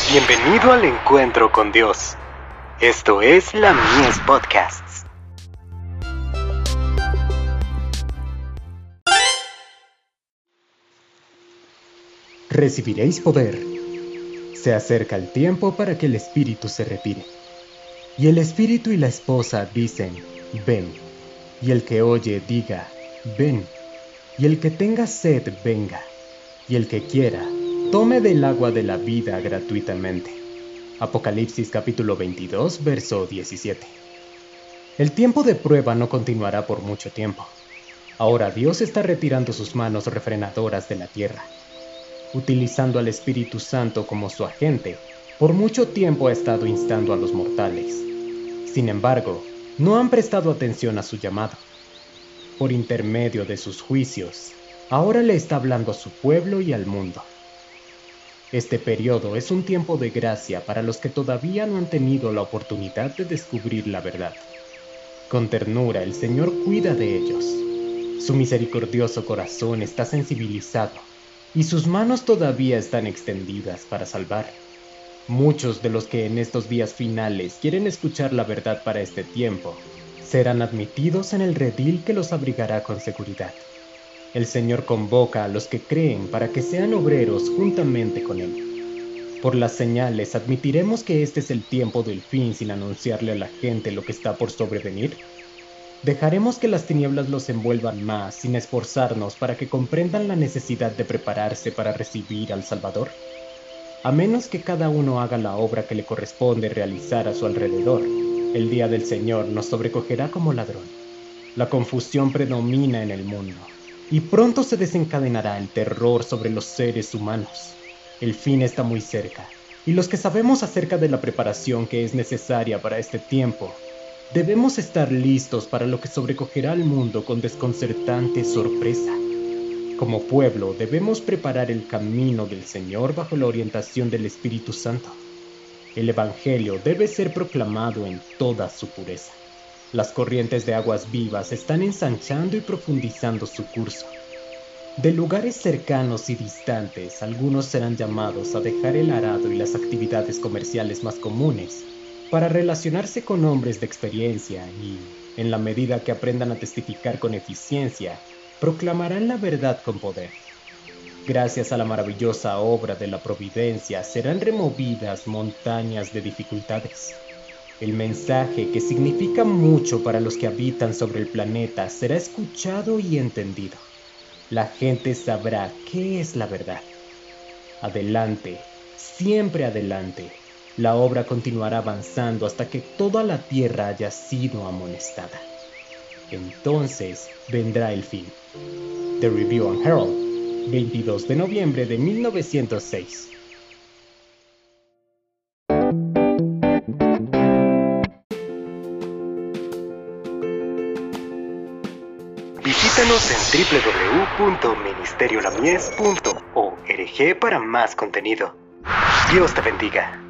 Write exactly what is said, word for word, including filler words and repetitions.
Bienvenido al encuentro con Dios. Esto es la Mies Podcasts. Recibiréis poder. Se acerca el tiempo para que el Espíritu se retire. Y el Espíritu y la esposa dicen, ven. Y el que oye diga, ven. Y el que tenga sed, venga. Y el que quiera, tome del agua de la vida gratuitamente. Apocalipsis capítulo veintidós, verso diecisiete. El tiempo de prueba no continuará por mucho tiempo. Ahora Dios está retirando sus manos refrenadoras de la tierra. Utilizando al Espíritu Santo como su agente, por mucho tiempo ha estado instando a los mortales. Sin embargo, no han prestado atención a su llamado. Por intermedio de sus juicios, ahora le está hablando a su pueblo y al mundo. Este periodo es un tiempo de gracia para los que todavía no han tenido la oportunidad de descubrir la verdad. Con ternura el Señor cuida de ellos. Su misericordioso corazón está sensibilizado y sus manos todavía están extendidas para salvar. Muchos de los que en estos días finales quieren escuchar la verdad para este tiempo, serán admitidos en el redil que los abrigará con seguridad. El Señor convoca a los que creen para que sean obreros juntamente con Él. Por las señales admitiremos que este es el tiempo del fin sin anunciarle a la gente lo que está por sobrevenir. ¿Dejaremos que las tinieblas los envuelvan más sin esforzarnos para que comprendan la necesidad de prepararse para recibir al Salvador? A menos que cada uno haga la obra que le corresponde realizar a su alrededor, el día del Señor nos sobrecogerá como ladrón. La confusión predomina en el mundo, y pronto se desencadenará el terror sobre los seres humanos. El fin está muy cerca, y los que sabemos acerca de la preparación que es necesaria para este tiempo, debemos estar listos para lo que sobrecogerá al mundo con desconcertante sorpresa. Como pueblo, debemos preparar el camino del Señor bajo la orientación del Espíritu Santo. El Evangelio debe ser proclamado en toda su pureza. Las corrientes de aguas vivas están ensanchando y profundizando su curso. De lugares cercanos y distantes, algunos serán llamados a dejar el arado y las actividades comerciales más comunes para relacionarse con hombres de experiencia y, en la medida que aprendan a testificar con eficiencia, proclamarán la verdad con poder. Gracias a la maravillosa obra de la providencia serán removidas montañas de dificultades. El mensaje, que significa mucho para los que habitan sobre el planeta, será escuchado y entendido. La gente sabrá qué es la verdad. Adelante, siempre adelante. La obra continuará avanzando hasta que toda la tierra haya sido amonestada. Entonces vendrá el fin. The Review and Herald, veintidós de noviembre de mil novecientos seis. Visítanos en doble u doble u doble u punto ministerio lamies punto org para más contenido. Dios te bendiga.